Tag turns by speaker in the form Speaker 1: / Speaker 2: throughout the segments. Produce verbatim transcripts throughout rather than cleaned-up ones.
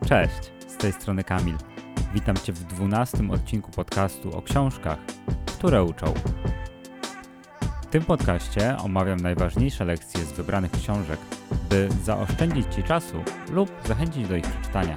Speaker 1: Cześć, z tej strony Kamil. Witam Cię w dwunastym odcinku podcastu o książkach, które uczą. W tym podcaście omawiam najważniejsze lekcje z wybranych książek, by zaoszczędzić Ci czasu lub zachęcić do ich przeczytania.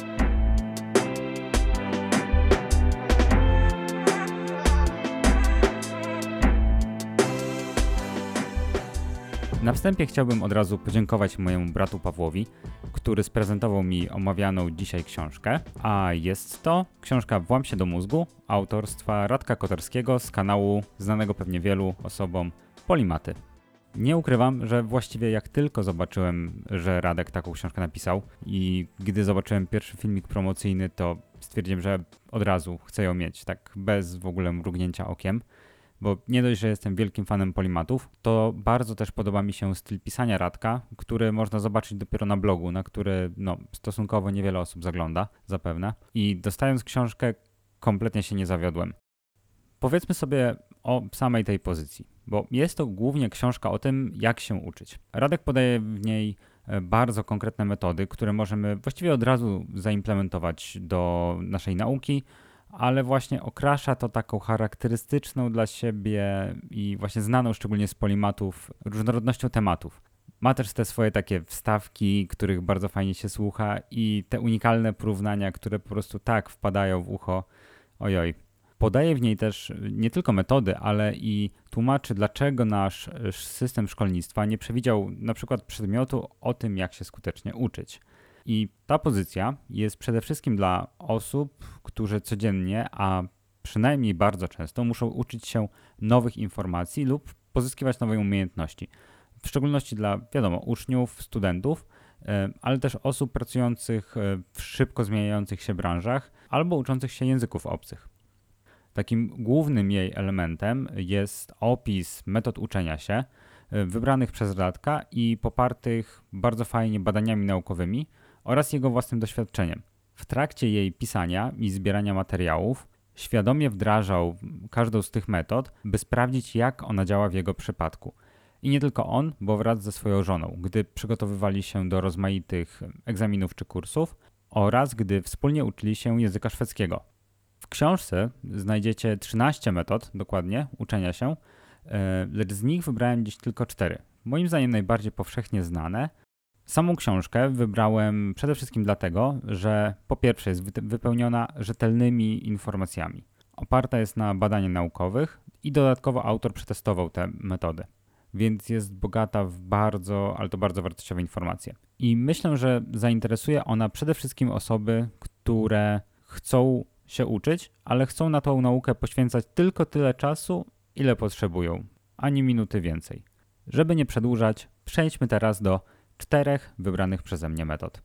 Speaker 1: Na wstępie chciałbym od razu podziękować mojemu bratu Pawłowi, który sprezentował mi omawianą dzisiaj książkę, a jest to książka Włam się do mózgu autorstwa Radka Kotarskiego z kanału znanego pewnie wielu osobom Polimaty. Nie ukrywam, że właściwie jak tylko zobaczyłem, że Radek taką książkę napisał i gdy zobaczyłem pierwszy filmik promocyjny, to stwierdziłem, że od razu chcę ją mieć, tak bez w ogóle mrugnięcia okiem. Bo nie dość, że jestem wielkim fanem Polimatów, to bardzo też podoba mi się styl pisania Radka, który można zobaczyć dopiero na blogu, na który no, stosunkowo niewiele osób zagląda, zapewne. I dostając książkę, kompletnie się nie zawiodłem. Powiedzmy sobie o samej tej pozycji, bo jest to głównie książka o tym, jak się uczyć. Radek podaje w niej bardzo konkretne metody, które możemy właściwie od razu zaimplementować do naszej nauki, ale właśnie okrasza to taką charakterystyczną dla siebie i właśnie znaną szczególnie z Polimatów różnorodnością tematów. Ma też te swoje takie wstawki, których bardzo fajnie się słucha i te unikalne porównania, które po prostu tak wpadają w ucho. Ojoj. Podaje w niej też nie tylko metody, ale i tłumaczy, dlaczego nasz system szkolnictwa nie przewidział na przykład przedmiotu o tym, jak się skutecznie uczyć. I ta pozycja jest przede wszystkim dla osób, którzy codziennie, a przynajmniej bardzo często muszą uczyć się nowych informacji lub pozyskiwać nowe umiejętności. W szczególności dla, wiadomo, uczniów, studentów, ale też osób pracujących w szybko zmieniających się branżach albo uczących się języków obcych. Takim głównym jej elementem jest opis metod uczenia się wybranych przez Radka i popartych bardzo fajnie badaniami naukowymi oraz jego własnym doświadczeniem. W trakcie jej pisania i zbierania materiałów świadomie wdrażał każdą z tych metod, by sprawdzić, jak ona działa w jego przypadku. I nie tylko on, bo wraz ze swoją żoną, gdy przygotowywali się do rozmaitych egzaminów czy kursów oraz gdy wspólnie uczyli się języka szwedzkiego. W książce znajdziecie trzynaście metod, dokładnie, uczenia się, lecz z nich wybrałem dziś tylko cztery. Moim zdaniem najbardziej powszechnie znane. Samą książkę wybrałem przede wszystkim dlatego, że po pierwsze jest wypełniona rzetelnymi informacjami. Oparta jest na badaniach naukowych i dodatkowo autor przetestował te metody. Więc jest bogata w bardzo, ale to bardzo wartościowe informacje. I myślę, że zainteresuje ona przede wszystkim osoby, które chcą się uczyć, ale chcą na tą naukę poświęcać tylko tyle czasu, ile potrzebują, ani minuty więcej. Żeby nie przedłużać, przejdźmy teraz do czterech wybranych przeze mnie metod.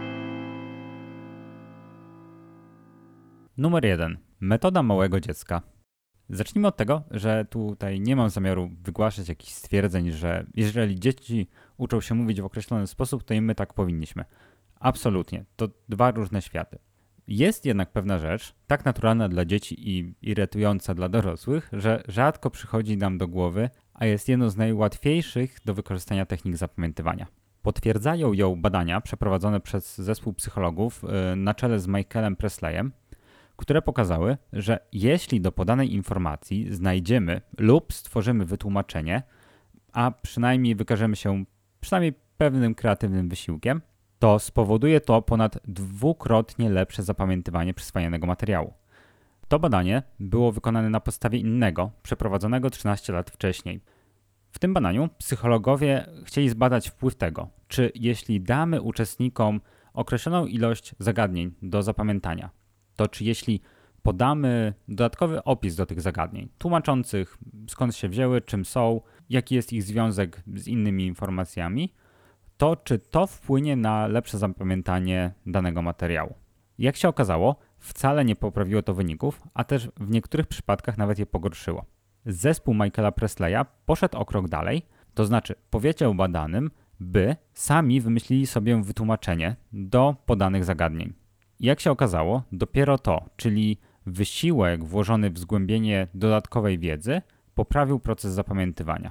Speaker 1: Numer jeden. Metoda małego dziecka. Zacznijmy od tego, że tutaj nie mam zamiaru wygłaszać jakichś stwierdzeń, że jeżeli dzieci uczą się mówić w określony sposób, to i my tak powinniśmy. Absolutnie. To dwa różne światy. Jest jednak pewna rzecz, tak naturalna dla dzieci i irytująca dla dorosłych, że rzadko przychodzi nam do głowy, a jest jedną z najłatwiejszych do wykorzystania technik zapamiętywania. Potwierdzają ją badania przeprowadzone przez zespół psychologów na czele z Michaelem Presleyem, które pokazały, że jeśli do podanej informacji znajdziemy lub stworzymy wytłumaczenie, a przynajmniej wykażemy się przynajmniej pewnym kreatywnym wysiłkiem, to spowoduje to ponad dwukrotnie lepsze zapamiętywanie przyswajanego materiału. To badanie było wykonane na podstawie innego, przeprowadzonego trzynaście lat wcześniej. W tym badaniu psychologowie chcieli zbadać wpływ tego, czy jeśli damy uczestnikom określoną ilość zagadnień do zapamiętania, to czy jeśli podamy dodatkowy opis do tych zagadnień, tłumaczących skąd się wzięły, czym są, jaki jest ich związek z innymi informacjami, to czy to wpłynie na lepsze zapamiętanie danego materiału. Jak się okazało, wcale nie poprawiło to wyników, a też w niektórych przypadkach nawet je pogorszyło. Zespół Michaela Presleya poszedł o krok dalej, to znaczy powiedział badanym, by sami wymyślili sobie wytłumaczenie do podanych zagadnień. Jak się okazało, dopiero to, czyli wysiłek włożony w zgłębienie dodatkowej wiedzy, poprawił proces zapamiętywania.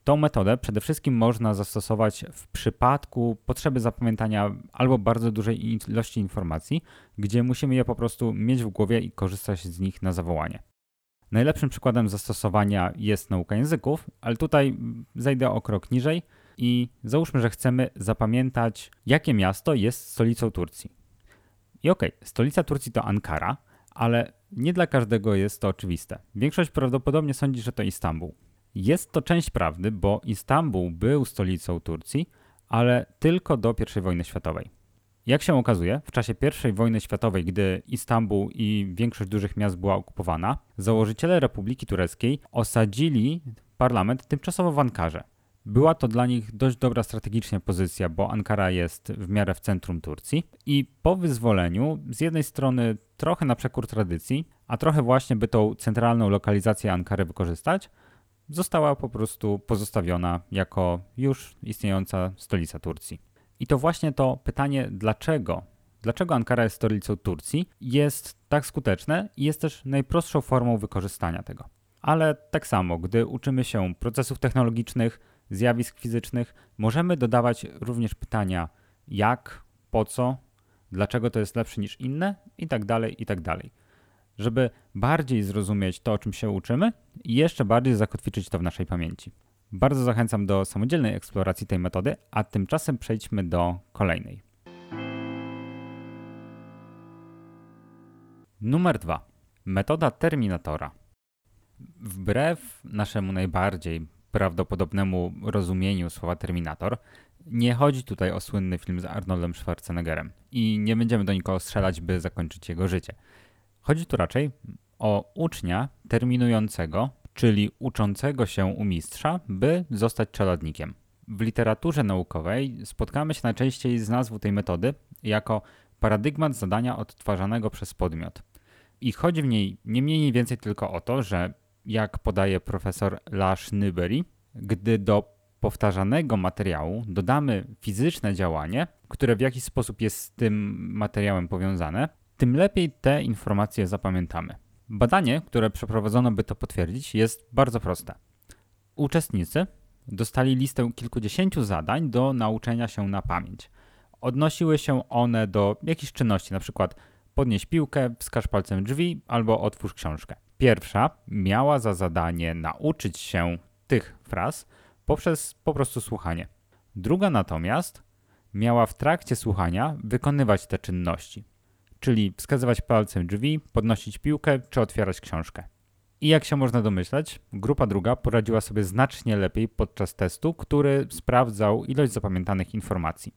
Speaker 1: Tą metodę przede wszystkim można zastosować w przypadku potrzeby zapamiętania albo bardzo dużej ilości informacji, gdzie musimy je po prostu mieć w głowie i korzystać z nich na zawołanie. Najlepszym przykładem zastosowania jest nauka języków, ale tutaj zejdę o krok niżej i załóżmy, że chcemy zapamiętać, jakie miasto jest stolicą Turcji. I okej, okay, stolica Turcji to Ankara, ale nie dla każdego jest to oczywiste. Większość prawdopodobnie sądzi, że to Istanbul. Jest to część prawdy, bo Istanbul był stolicą Turcji, ale tylko do pierwszej wojny światowej. Jak się okazuje, w czasie pierwszej wojny światowej, gdy Istanbul i większość dużych miast była okupowana, założyciele Republiki Tureckiej osadzili parlament tymczasowo w Ankarze. Była to dla nich dość dobra strategicznie pozycja, bo Ankara jest w miarę w centrum Turcji i po wyzwoleniu z jednej strony trochę na przekór tradycji, a trochę właśnie by tą centralną lokalizację Ankary wykorzystać, została po prostu pozostawiona jako już istniejąca stolica Turcji. I to właśnie to pytanie, dlaczego, dlaczego Ankara jest stolicą Turcji, jest tak skuteczne i jest też najprostszą formą wykorzystania tego. Ale tak samo, gdy uczymy się procesów technologicznych, zjawisk fizycznych, możemy dodawać również pytania jak, po co, dlaczego to jest lepsze niż inne i tak dalej, i tak dalej. Żeby bardziej zrozumieć to, o czym się uczymy i jeszcze bardziej zakotwiczyć to w naszej pamięci. Bardzo zachęcam do samodzielnej eksploracji tej metody, a tymczasem przejdźmy do kolejnej. Numer dwa. Metoda Terminatora. Wbrew naszemu najbardziej prawdopodobnemu rozumieniu słowa Terminator, nie chodzi tutaj o słynny film z Arnoldem Schwarzeneggerem i nie będziemy do nikogo strzelać, by zakończyć jego życie. Chodzi tu raczej o ucznia terminującego, czyli uczącego się u mistrza, by zostać czeladnikiem. W literaturze naukowej spotkamy się najczęściej z nazwą tej metody jako paradygmat zadania odtwarzanego przez podmiot. I chodzi w niej nie mniej nie więcej tylko o to, że jak podaje profesor Lars Nyberg, gdy do powtarzanego materiału dodamy fizyczne działanie, które w jakiś sposób jest z tym materiałem powiązane, tym lepiej te informacje zapamiętamy. Badanie, które przeprowadzono, by to potwierdzić, jest bardzo proste. Uczestnicy dostali listę kilkudziesięciu zadań do nauczenia się na pamięć. Odnosiły się one do jakichś czynności, na przykład podnieś piłkę, wskaż palcem drzwi albo otwórz książkę. Pierwsza miała za zadanie nauczyć się tych fraz poprzez po prostu słuchanie. Druga natomiast miała w trakcie słuchania wykonywać te czynności, czyli wskazywać palcem drzwi, podnosić piłkę czy otwierać książkę. I jak się można domyśleć, grupa druga poradziła sobie znacznie lepiej podczas testu, który sprawdzał ilość zapamiętanych informacji.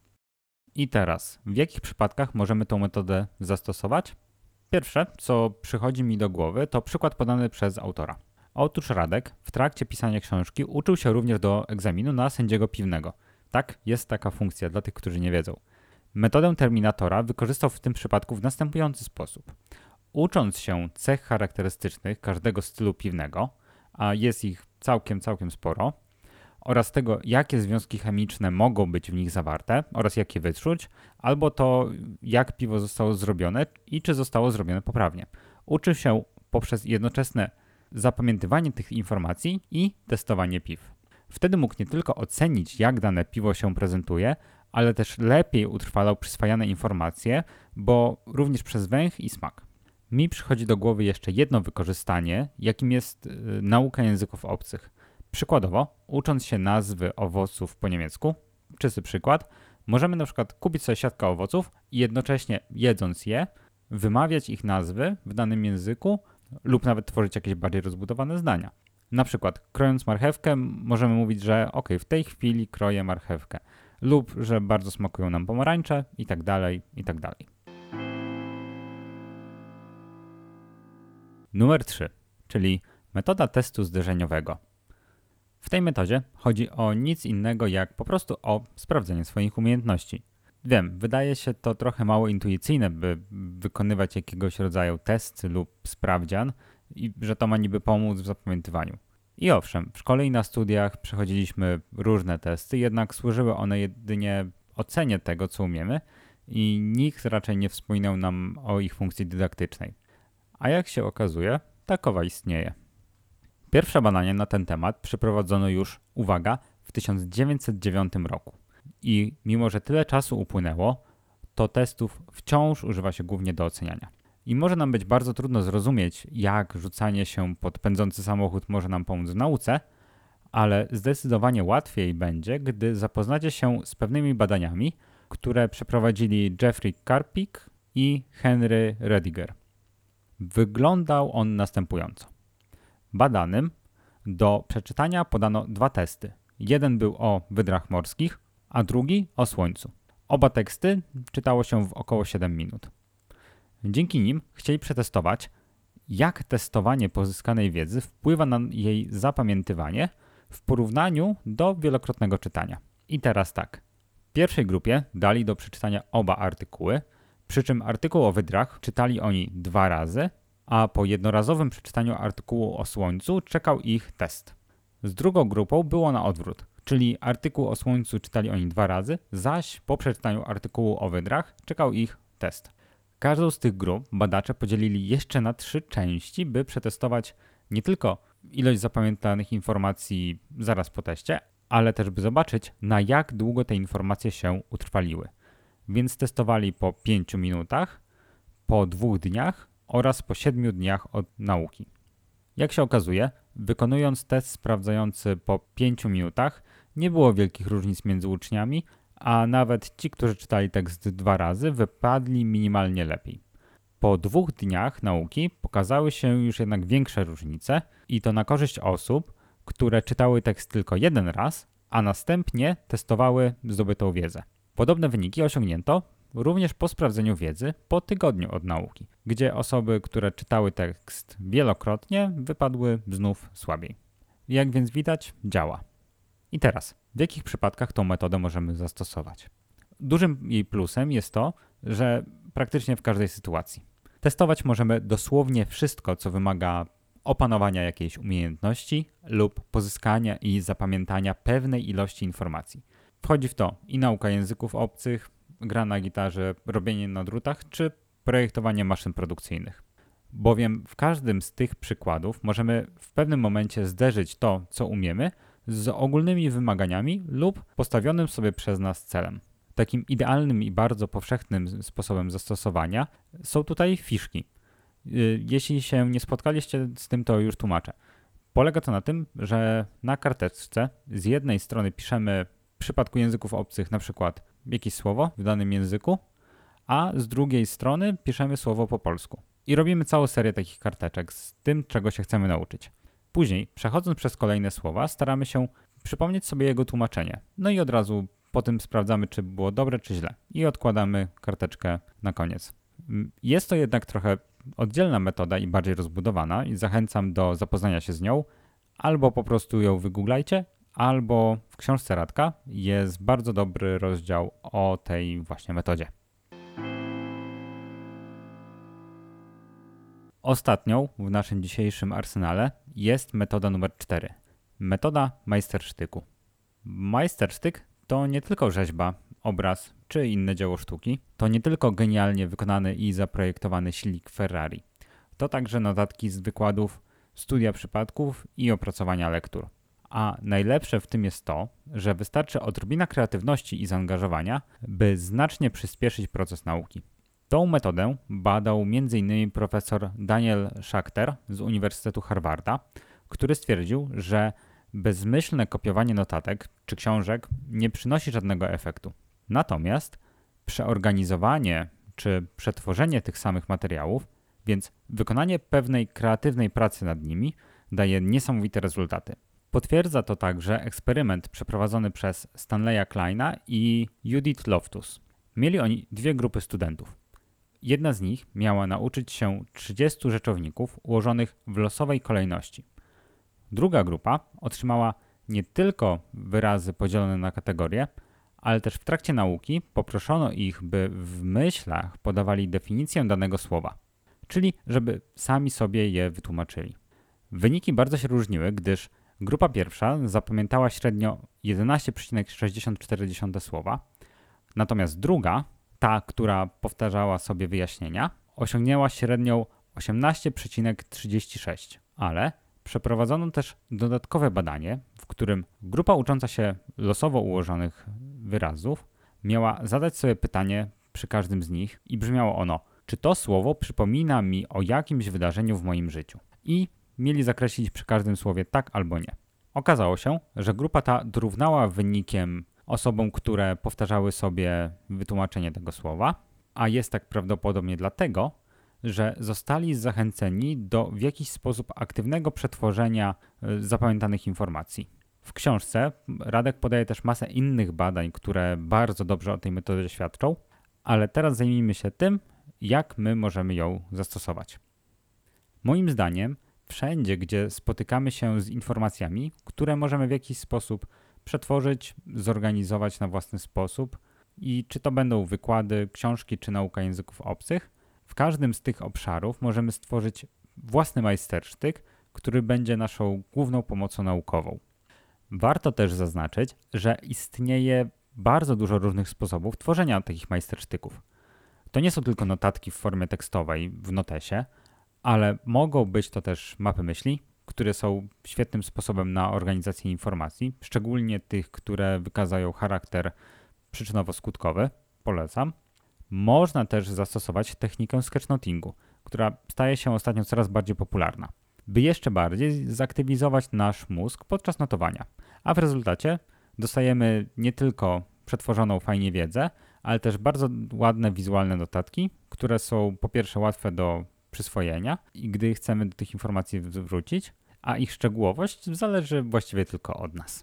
Speaker 1: I teraz, w jakich przypadkach możemy tę metodę zastosować? Pierwsze, co przychodzi mi do głowy, to przykład podany przez autora. Otóż Radek w trakcie pisania książki uczył się również do egzaminu na sędziego piwnego. Tak, jest taka funkcja dla tych, którzy nie wiedzą. Metodę Terminatora wykorzystał w tym przypadku w następujący sposób. Ucząc się cech charakterystycznych każdego stylu piwnego, a jest ich całkiem, całkiem sporo, oraz tego, jakie związki chemiczne mogą być w nich zawarte oraz jak je wyczuć, albo to, jak piwo zostało zrobione i czy zostało zrobione poprawnie. Uczył się poprzez jednoczesne zapamiętywanie tych informacji i testowanie piw. Wtedy mógł nie tylko ocenić, jak dane piwo się prezentuje, ale też lepiej utrwalał przyswajane informacje, bo również przez węch i smak. Mi przychodzi do głowy jeszcze jedno wykorzystanie, jakim jest yy, nauka języków obcych. Przykładowo, ucząc się nazwy owoców po niemiecku, czysty przykład, możemy na przykład kupić sobie siatkę owoców i jednocześnie jedząc je, wymawiać ich nazwy w danym języku lub nawet tworzyć jakieś bardziej rozbudowane zdania. Na przykład, krojąc marchewkę, możemy mówić, że ok, w tej chwili kroję marchewkę lub że bardzo smakują nam pomarańcze i tak dalej, i tak dalej. Numer trzy, czyli metoda testu zderzeniowego. W tej metodzie chodzi o nic innego jak po prostu o sprawdzenie swoich umiejętności. Wiem, wydaje się to trochę mało intuicyjne, by wykonywać jakiegoś rodzaju test lub sprawdzian i że to ma niby pomóc w zapamiętywaniu. I owszem, w szkole i na studiach przechodziliśmy różne testy, jednak służyły one jedynie ocenie tego, co umiemy i nikt raczej nie wspominał nam o ich funkcji dydaktycznej. A jak się okazuje, takowa istnieje. Pierwsze badanie na ten temat przeprowadzono już, uwaga, w tysiąc dziewięćset dziewiątym roku. I mimo, że tyle czasu upłynęło, to testów wciąż używa się głównie do oceniania. I może nam być bardzo trudno zrozumieć, jak rzucanie się pod pędzący samochód może nam pomóc w nauce, ale zdecydowanie łatwiej będzie, gdy zapoznacie się z pewnymi badaniami, które przeprowadzili Jeffrey Karpik i Henry Rediger. Wyglądał on następująco. Badanym do przeczytania podano dwa testy. Jeden był o wydrach morskich, a drugi o Słońcu. Oba teksty czytało się w około siedem minut. Dzięki nim chcieli przetestować, jak testowanie pozyskanej wiedzy wpływa na jej zapamiętywanie w porównaniu do wielokrotnego czytania. I teraz tak. W pierwszej grupie dali do przeczytania oba artykuły, przy czym artykuł o wydrach czytali oni dwa razy, a po jednorazowym przeczytaniu artykułu o Słońcu czekał ich test. Z drugą grupą było na odwrót, czyli artykuł o Słońcu czytali oni dwa razy, zaś po przeczytaniu artykułu o wydrach czekał ich test. Każdą z tych grup badacze podzielili jeszcze na trzy części, by przetestować nie tylko ilość zapamiętanych informacji zaraz po teście, ale też by zobaczyć, na jak długo te informacje się utrwaliły. Więc testowali po pięciu minutach, po dwóch dniach oraz po siedmiu dniach od nauki. Jak się okazuje, wykonując test sprawdzający po pięciu minutach, nie było wielkich różnic między uczniami, a nawet ci, którzy czytali tekst dwa razy, wypadli minimalnie lepiej. Po dwóch dniach nauki pokazały się już jednak większe różnice i to na korzyść osób, które czytały tekst tylko jeden raz, a następnie testowały zdobytą wiedzę. Podobne wyniki osiągnięto również po sprawdzeniu wiedzy po tygodniu od nauki, gdzie osoby, które czytały tekst wielokrotnie, wypadły znów słabiej. Jak więc widać, działa. I teraz, w jakich przypadkach tą metodę możemy zastosować? Dużym jej plusem jest to, że praktycznie w każdej sytuacji. Testować możemy dosłownie wszystko, co wymaga opanowania jakiejś umiejętności lub pozyskania i zapamiętania pewnej ilości informacji. Wchodzi w to i nauka języków obcych, gra na gitarze, robienie na drutach czy projektowanie maszyn produkcyjnych. Bowiem w każdym z tych przykładów możemy w pewnym momencie zderzyć to, co umiemy, z ogólnymi wymaganiami lub postawionym sobie przez nas celem. Takim idealnym i bardzo powszechnym sposobem zastosowania są tutaj fiszki. Jeśli się nie spotkaliście z tym, to już tłumaczę. Polega to na tym, że na karteczce z jednej strony piszemy w przypadku języków obcych na przykład jakieś słowo w danym języku, a z drugiej strony piszemy słowo po polsku. I robimy całą serię takich karteczek z tym, czego się chcemy nauczyć. Później, przechodząc przez kolejne słowa, staramy się przypomnieć sobie jego tłumaczenie. No i od razu po tym sprawdzamy, czy było dobre, czy źle. I odkładamy karteczkę na koniec. Jest to jednak trochę oddzielna metoda i bardziej rozbudowana i zachęcam do zapoznania się z nią. Albo po prostu ją wygooglajcie, albo w książce Radka jest bardzo dobry rozdział o tej właśnie metodzie. Ostatnią w naszym dzisiejszym arsenale jest metoda numer cztery. Metoda majstersztyku. Majstersztyk to nie tylko rzeźba, obraz czy inne dzieło sztuki. To nie tylko genialnie wykonany i zaprojektowany silnik Ferrari. To także notatki z wykładów, studia przypadków i opracowania lektur. A najlepsze w tym jest to, że wystarczy odrobina kreatywności i zaangażowania, by znacznie przyspieszyć proces nauki. Tą metodę badał między innymi profesor Daniel Schachter z Uniwersytetu Harvarda, który stwierdził, że bezmyślne kopiowanie notatek czy książek nie przynosi żadnego efektu. Natomiast przeorganizowanie czy przetworzenie tych samych materiałów, więc wykonanie pewnej kreatywnej pracy nad nimi, daje niesamowite rezultaty. Potwierdza to także eksperyment przeprowadzony przez Stanleya Kleina i Judith Loftus. Mieli oni dwie grupy studentów. Jedna z nich miała nauczyć się trzydziestu rzeczowników ułożonych w losowej kolejności. Druga grupa otrzymała nie tylko wyrazy podzielone na kategorie, ale też w trakcie nauki poproszono ich, by w myślach podawali definicję danego słowa, czyli żeby sami sobie je wytłumaczyli. Wyniki bardzo się różniły, gdyż grupa pierwsza zapamiętała średnio jedenaście przecinek sześćdziesiąt cztery słowa, natomiast druga, ta, która powtarzała sobie wyjaśnienia, osiągnęła średnią osiemnaście przecinek trzydzieści sześć, ale Przeprowadzono też dodatkowe badanie, w którym grupa ucząca się losowo ułożonych wyrazów miała zadać sobie pytanie przy każdym z nich i brzmiało ono: czy to słowo przypomina mi o jakimś wydarzeniu w moim życiu? I mieli zakreślić przy każdym słowie tak albo nie. Okazało się, że grupa ta dorównała wynikiem osobom, które powtarzały sobie wytłumaczenie tego słowa, a jest tak prawdopodobnie dlatego, że zostali zachęceni do w jakiś sposób aktywnego przetworzenia zapamiętanych informacji. W książce Radek podaje też masę innych badań, które bardzo dobrze o tej metodzie świadczą, ale teraz zajmijmy się tym, jak my możemy ją zastosować. Moim zdaniem, wszędzie, gdzie spotykamy się z informacjami, które możemy w jakiś sposób przetworzyć, zorganizować na własny sposób, i czy to będą wykłady, książki czy nauka języków obcych, w każdym z tych obszarów możemy stworzyć własny majstersztyk, który będzie naszą główną pomocą naukową. Warto też zaznaczyć, że istnieje bardzo dużo różnych sposobów tworzenia takich majstersztyków. To nie są tylko notatki w formie tekstowej w notesie, ale mogą być to też mapy myśli, które są świetnym sposobem na organizację informacji, szczególnie tych, które wykazują charakter przyczynowo-skutkowy. Polecam. Można też zastosować technikę sketchnotingu, która staje się ostatnio coraz bardziej popularna, by jeszcze bardziej zaktywizować nasz mózg podczas notowania. A w rezultacie dostajemy nie tylko przetworzoną fajnie wiedzę, ale też bardzo ładne wizualne notatki, które są po pierwsze łatwe do przyswojenia i gdy chcemy do tych informacji wrócić, a ich szczegółowość zależy właściwie tylko od nas.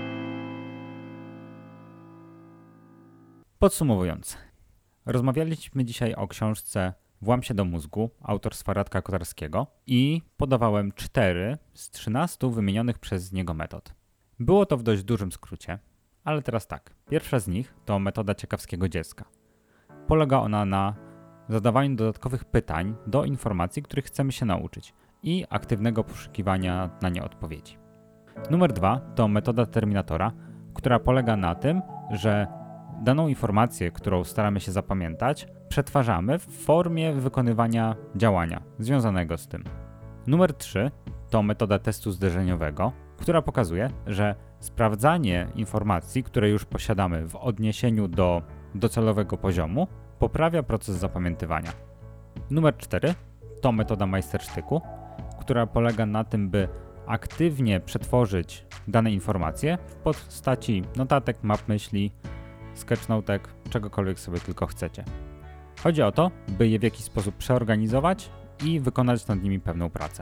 Speaker 1: Podsumowując, rozmawialiśmy dzisiaj o książce Włam się do mózgu autorstwa Radka Kotarskiego i podawałem cztery z trzynastu wymienionych przez niego metod. Było to w dość dużym skrócie, ale teraz tak. Pierwsza z nich to metoda ciekawskiego dziecka. Polega ona na zadawaniu dodatkowych pytań do informacji, których chcemy się nauczyć i aktywnego poszukiwania na nie odpowiedzi. Numer dwa to metoda terminatora, która polega na tym, że daną informację, którą staramy się zapamiętać, przetwarzamy w formie wykonywania działania związanego z tym. Numer trzy to metoda testu zderzeniowego, która pokazuje, że sprawdzanie informacji, które już posiadamy w odniesieniu do docelowego poziomu, poprawia proces zapamiętywania. Numer cztery to metoda majstersztyku, która polega na tym, by aktywnie przetworzyć dane informacje w postaci notatek, map myśli, sketchnotek, czegokolwiek sobie tylko chcecie. Chodzi o to, by je w jakiś sposób przeorganizować i wykonać nad nimi pewną pracę.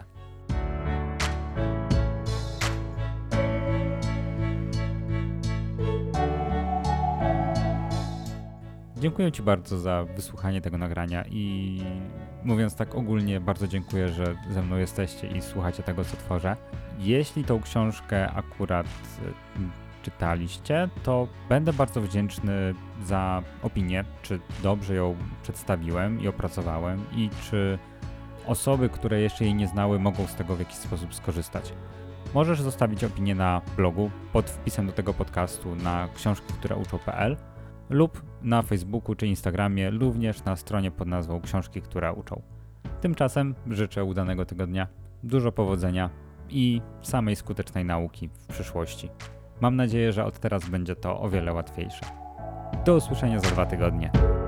Speaker 1: Dziękuję Ci bardzo za wysłuchanie tego nagrania i mówiąc tak ogólnie, bardzo dziękuję, że ze mną jesteście i słuchacie tego, co tworzę. Jeśli tą książkę akurat czytaliście, to będę bardzo wdzięczny za opinię, czy dobrze ją przedstawiłem i opracowałem i czy osoby, które jeszcze jej nie znały, mogą z tego w jakiś sposób skorzystać. Możesz zostawić opinię na blogu pod wpisem do tego podcastu na książki które uczą kropka p l lub na Facebooku czy Instagramie, również na stronie pod nazwą Książki, które uczą. Tymczasem życzę udanego tygodnia, dużo powodzenia i samej skutecznej nauki w przyszłości. Mam nadzieję, że od teraz będzie to o wiele łatwiejsze. Do usłyszenia za dwa tygodnie.